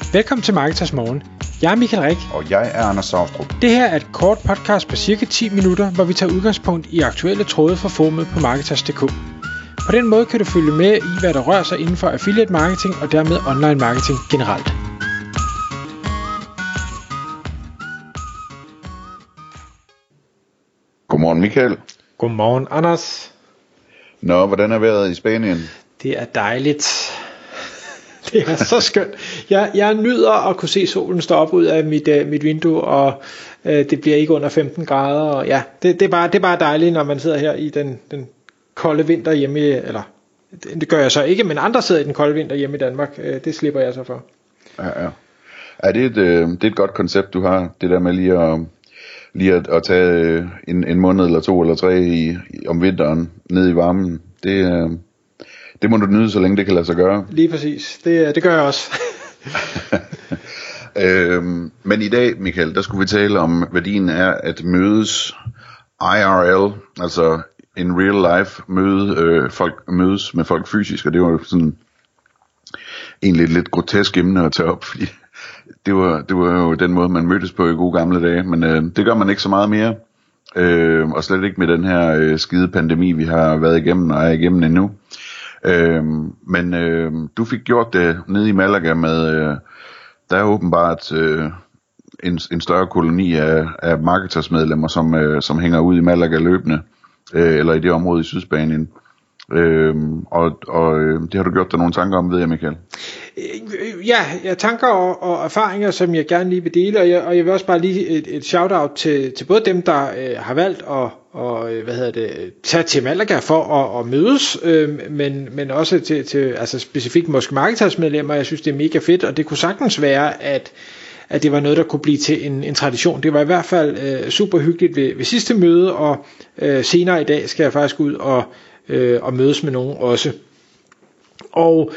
Velkommen til Marketers Morgen. Jeg er Michael Rik. Og jeg er Anders Saustrup. Det her er et kort podcast på cirka 10 minutter, hvor vi tager udgangspunkt i aktuelle tråde fra forumet på Marketers.dk. På den måde kan du følge med i, hvad der rører sig inden for affiliate marketing og dermed online marketing generelt. Godmorgen Michael. Godmorgen Anders. Nå, hvordan er vejret i Spanien? Det er dejligt. Det er så skønt. Jeg nyder at kunne se solen stå op ud af mit vindue, og det bliver ikke under 15 grader. Og ja, det er bare dejligt, når man sidder her i den kolde vinter hjemme, eller det gør jeg så ikke, men andre sidder i den kolde vinter hjemme i Danmark. Det slipper jeg så for. Ja. Er det et godt koncept, du har, det der med lige at tage en måned eller 2 eller 3 om vinteren ned i varmen? Det må du nyde, så længe det kan lade sig gøre. Lige præcis. Det gør jeg også. Men i dag, Michael, der skulle vi tale om, værdien er at mødes IRL, altså in real life, mødes med folk fysisk, og det var jo sådan egentlig et lidt grotesk emne at tage op, fordi det var jo den måde, man mødtes på i gode gamle dage, men det gør man ikke så meget mere, og slet ikke med den her skide pandemi, vi har været igennem og er igennem endnu. Men du fik gjort det nede i Malaga med, der er åbenbart en større koloni af marketersmedlemmer, som hænger ud i Malaga løbende, eller i det område i Sydspanien. Og det har du gjort dig nogle tanker om, ved jeg, Michael? Ja, tanker og erfaringer, som jeg gerne lige vil dele, og jeg vil også bare lige et shout-out til både dem, der har valgt at tage til Malaga for at mødes, men også til altså specifikt måske marketersmedlemmer. Jeg synes, det er mega fedt, og det kunne sagtens være, at det var noget, der kunne blive til en tradition. Det var i hvert fald super hyggeligt ved sidste møde, og senere i dag skal jeg faktisk ud og mødes med nogen også. Og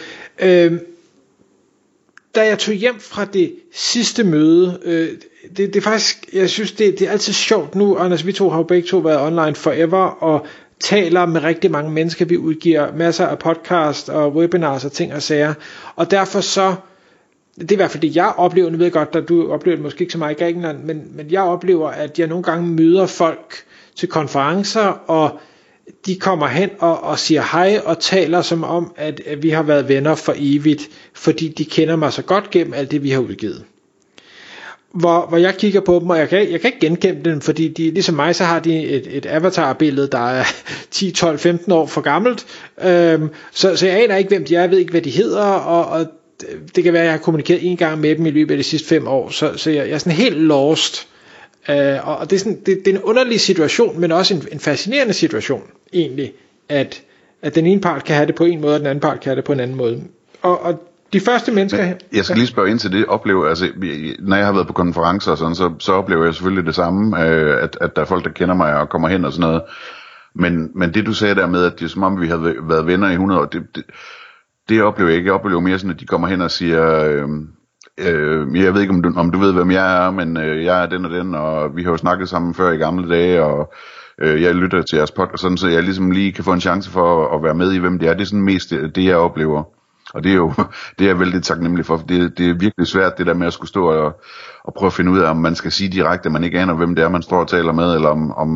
da jeg tog hjem fra det sidste møde, det er faktisk, jeg synes det er altid sjovt nu, Anders, vi to har jo begge to været online forever, og taler med rigtig mange mennesker, vi udgiver masser af podcast og webinars og ting og sager, og derfor så, det er i hvert fald det jeg oplever, nu ved jeg godt, at du oplever det måske ikke så meget i Grækenland, men jeg oplever, at jeg nogle gange møder folk til konferencer, og de kommer hen og siger hej og taler som om, at vi har været venner for evigt, fordi de kender mig så godt gennem alt det, vi har udgivet. Hvor jeg kigger på dem, og jeg kan ikke genkende dem, fordi de, ligesom mig, så har de et avatar-billede, der er 10, 12, 15 år for gammelt. Så jeg aner ikke, hvem de er, jeg ved ikke, hvad de hedder, og det kan være, at jeg har kommunikeret en gang med dem i løbet af de sidste 5 år, så jeg er sådan helt lost. Og det er en underlig situation, men også en fascinerende situation egentlig, at den ene part kan have det på en måde, og den anden part kan have det på en anden måde. Og de første mennesker her. Jeg skal lige spørge ind til det. Når jeg har været på konferencer og sådan, så oplever jeg selvfølgelig det samme, at der er folk, der kender mig og kommer hen og sådan noget. Men det du sagde der med, at det er som om vi har været venner i 100 år, det oplever jeg ikke. Jeg oplever mere sådan, at de kommer hen og siger, jeg ved ikke om du ved hvem jeg er, men jeg er den og den, og vi har jo snakket sammen før i gamle dage, og jeg lytter til jeres podcast, sådan, så jeg ligesom lige kan få en chance for at være med i, hvem det er. Det er sådan mest det jeg oplever, og det er jo det er jeg vældig taknemmelig for det er virkelig svært, det der med at skulle stå og prøve at finde ud af, om man skal sige direkte, at man ikke aner hvem det er, man står og taler med, eller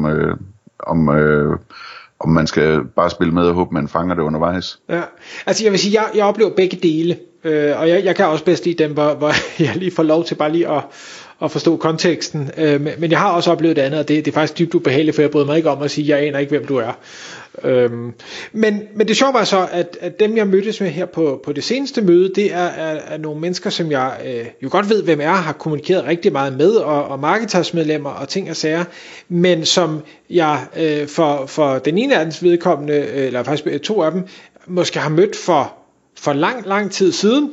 om man skal bare spille med og håbe, man fanger det undervejs. Ja, altså jeg vil sige, jeg oplever begge dele, og jeg kan også bedst lide dem, hvor jeg lige får lov til bare lige at forstå konteksten, men jeg har også oplevet det andet, og det er faktisk dybt ubehageligt, for jeg bryder mig ikke om at sige, jeg aner ikke, hvem du er. Men det sjove var så, at dem jeg mødtes med her på det seneste møde, det er nogle mennesker, som jeg jo godt ved, hvem er, har kommunikeret rigtig meget med, og marketersmedlemmer og ting og sager, men som jeg for den ene af dens vedkommende, eller faktisk 2 af dem, måske har mødt for lang tid siden.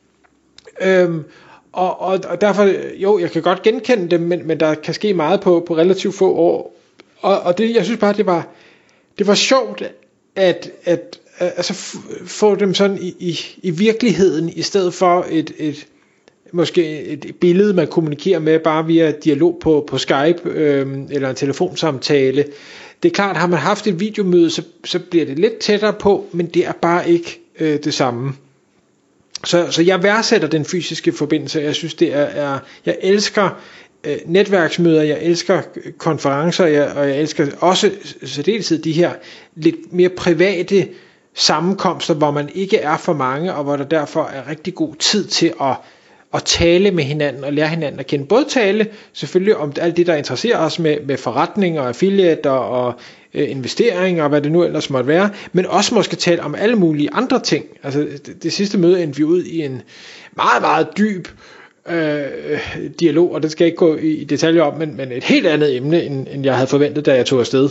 Og derfor, jo, jeg kan godt genkende dem, men der kan ske meget på relativt få år. Og det, jeg synes bare, det var sjovt at få dem sådan i virkeligheden, i stedet for måske et billede, man kommunikerer med bare via dialog på Skype eller en telefonsamtale. Det er klart, har man haft et videomøde, så bliver det lidt tættere på, men det er bare ikke det samme. Så jeg værdsætter den fysiske forbindelse. Jeg synes det er jeg elsker netværksmøder, jeg elsker konferencer, og jeg elsker også særdeleshed de her lidt mere private sammenkomster, hvor man ikke er for mange, og hvor der derfor er rigtig god tid til at tale med hinanden og lære hinanden at kende. Både tale selvfølgelig om alt det, der interesserer os med forretninger og affiliate og investeringer og hvad det nu ellers måtte være, men også måske tale om alle mulige andre ting. Altså det sidste møde endte vi ud i en meget, meget dyb dialog, og det skal jeg ikke gå i detaljer om, men et helt andet emne, end jeg havde forventet, da jeg tog afsted.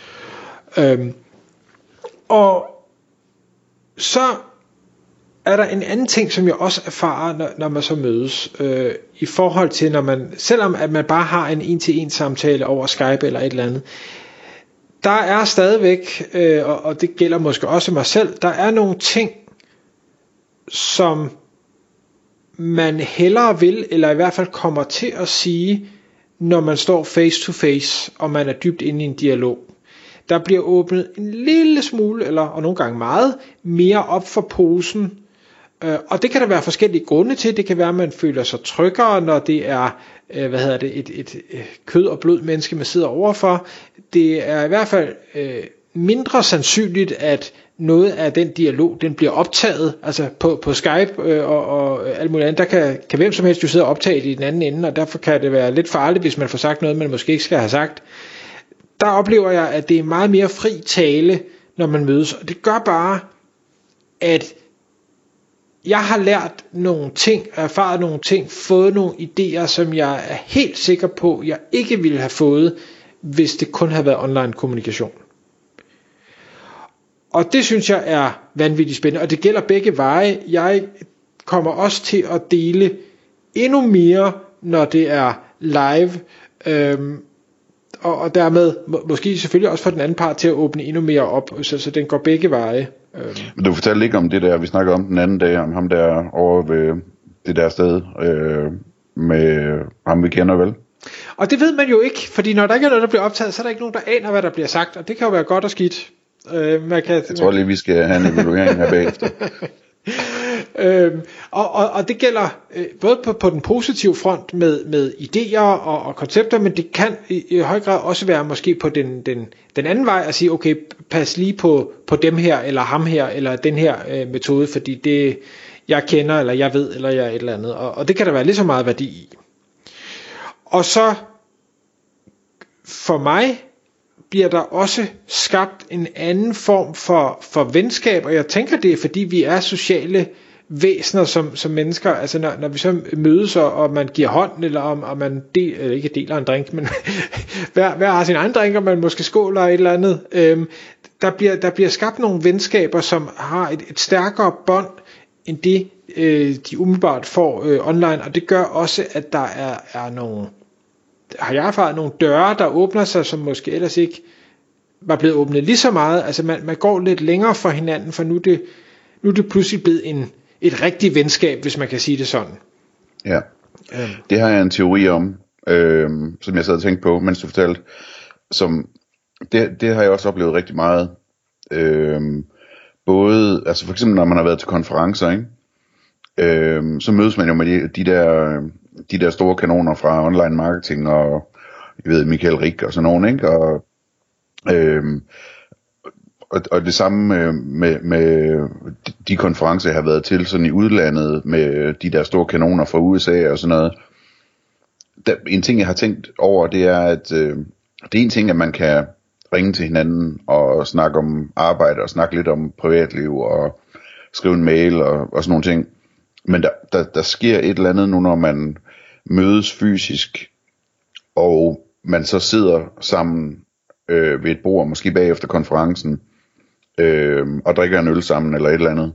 Og så er der en anden ting, som jeg også erfarer, når man så mødes, i forhold til, når man, selvom at man bare har en en-til-en samtale over Skype eller et eller andet, der er stadigvæk, og det gælder måske også mig selv, der er nogle ting, som man hellere vil, eller i hvert fald kommer til at sige, når man står face to face, og man er dybt inde i en dialog. Der bliver åbnet en lille smule, og nogle gange meget, mere op for posen, og det kan der være forskellige grunde til. Det kan være, at man føler sig tryggere, når det er et kød og blod menneske, man sidder overfor. Det er i hvert fald mindre sandsynligt, at noget af den dialog, den bliver optaget, altså på Skype og alt muligt andet. Der kan hvem som helst jo sidde og optage det i den anden ende, og derfor kan det være lidt farligt, hvis man får sagt noget, man måske ikke skal have sagt. Der oplever jeg, at det er meget mere fri tale, når man mødes, og det gør bare, at jeg har lært nogle ting, erfaret nogle ting, fået nogle idéer, som jeg er helt sikker på, jeg ikke ville have fået, hvis det kun havde været online kommunikation. Og det synes jeg er vanvittigt spændende, og det gælder begge veje. Jeg kommer også til at dele endnu mere, når det er live, og dermed måske selvfølgelig også for den anden part til at åbne endnu mere op, så den går begge veje. Men du fortalte ikke om det der, vi snakker om den anden dag, om ham der over ved det der sted, med ham vi kender vel? Og det ved man jo ikke, fordi når der ikke er noget, der bliver optaget, så er der ikke nogen, der aner, hvad der bliver sagt, og det kan jo være godt og skidt. Jeg tror lige, vi skal have en evaluering her bagefter. Og det gælder både på den positive front med idéer og koncepter, men det kan i høj grad også være måske på den anden vej at sige, okay, pas lige på dem her, eller ham her, eller den her metode, fordi det jeg kender, eller jeg ved, eller jeg er et eller andet, og det kan der være lige så meget værdi i. Og så for mig bliver der også skabt en anden form for venskab, og jeg tænker det er fordi vi er sociale væsener som mennesker, altså når vi så mødes, og man giver hånd, eller om man ikke deler en drink, men hver har sin egen drink, og man måske skåler et eller andet, der bliver skabt nogle venskaber, som har et stærkere bånd, end det de umiddelbart får online, og det gør også, at der er nogle, har jeg erfaret, nogle døre, der åbner sig, som måske ellers ikke var blevet åbnet lige så meget. Altså man går lidt længere for hinanden, for nu er det pludselig blevet et rigtigt venskab, hvis man kan sige det sådan. Ja, det har jeg en teori om, som jeg sad og tænkte på, mens du fortalte, som det har jeg også oplevet rigtig meget. Både, altså for eksempel når man har været til konferencer, ikke? Så mødes man jo med de der store kanoner fra online marketing, og jeg ved Michael Rik og sådan nogen, ikke? Og det samme med de konferencer, jeg har været til sådan i udlandet, med de der store kanoner fra USA og sådan noget. En ting, jeg har tænkt over, det er, at det er en ting, at man kan ringe til hinanden og snakke om arbejde og snakke lidt om privatliv og skrive en mail og sådan nogle ting. Men der sker et eller andet nu, når man mødes fysisk, og man så sidder sammen ved et bord, måske bagefter konferencen, og drikker en øl sammen eller et eller andet.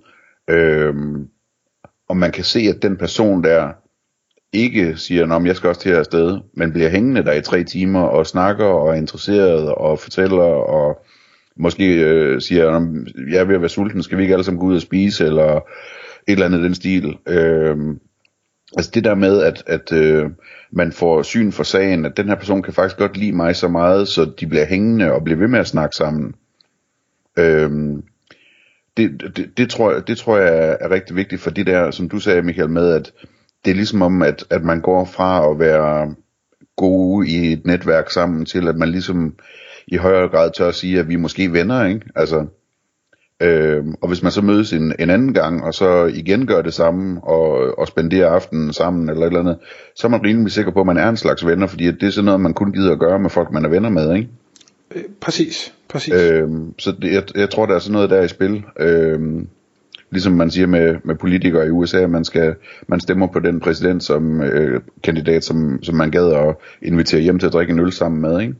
Og man kan se, at den person der ikke siger, jeg skal også til afsted, men bliver hængende der i 3 timer og snakker og er interesseret og fortæller og måske siger, jeg er ved at være sulten, skal vi ikke alle sammen gå ud og spise, eller et eller andet den stil. Altså det der med, at man får syn for sagen, at den her person kan faktisk godt lide mig så meget, så de bliver hængende og bliver ved med at snakke sammen. Det tror jeg er rigtig vigtigt for det der, som du sagde, Michael, med at det er ligesom om, at man går fra at være gode i et netværk sammen, til at man ligesom i højere grad tør at sige, at vi er måske venner, ikke? Altså, og hvis man så mødes en anden gang, og så igen gør det samme, og spenderer aftenen sammen, eller et eller andet, så er man rimelig sikker på, at man er en slags venner, fordi det er sådan noget, man kun gider at gøre med folk, man er venner med, ikke? Præcis. Så jeg tror, der er sådan noget der i spil. Ligesom man siger med politikere i USA, at man stemmer på den præsident som kandidat, som man gad at invitere hjem til at drikke en øl sammen med, ikke?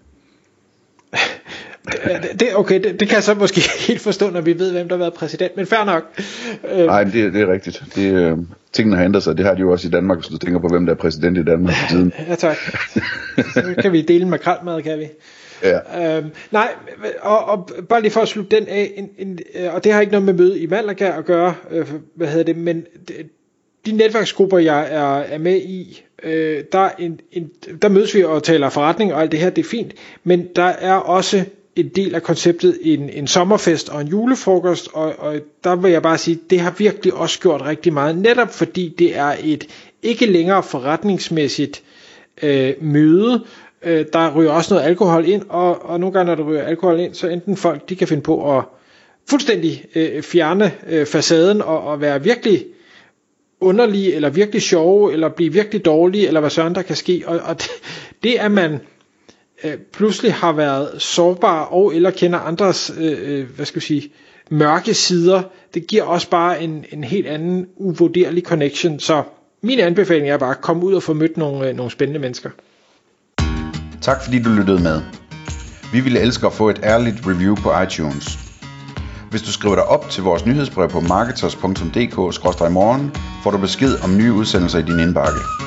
Det kan jeg så måske helt forstå, når vi ved, hvem der har været præsident, men fair nok. Nej, det er rigtigt. Tingene har ændret sig, det har de jo også i Danmark, hvis du tænker på, hvem der er præsident i Danmark for tiden. Ja, tak. Så kan vi dele makrelmad, kan vi. Ja. Nej, og bare lige for at slutte den af, og det har ikke noget med møde i Malaga at gøre, men de netværksgrupper, jeg er med i, der mødes vi og taler forretning og alt det her, det er fint, men der er også en del af konceptet en sommerfest og en julefrokost, og der vil jeg bare sige, det har virkelig også gjort rigtig meget, netop fordi det er et ikke længere forretningsmæssigt møde. Der ryger også noget alkohol ind, og nogle gange når der ryger alkohol ind, så enten folk, de kan finde på at fuldstændig fjerne facaden og være virkelig underlige, eller virkelig sjove, eller blive virkelig dårlige, eller hvad sådan der kan ske, og det at man pludselig har været sårbar og eller kender andres mørke sider, det giver også bare en helt anden uvurderlig connection. Så min anbefaling er bare at komme ud og få mødt nogle spændende mennesker. Tak fordi du lyttede med. Vi ville elske at få et ærligt review på iTunes. Hvis du skriver dig op til vores nyhedsbrev på marketers.dk/morgen, får du besked om nye udsendelser i din indbakke.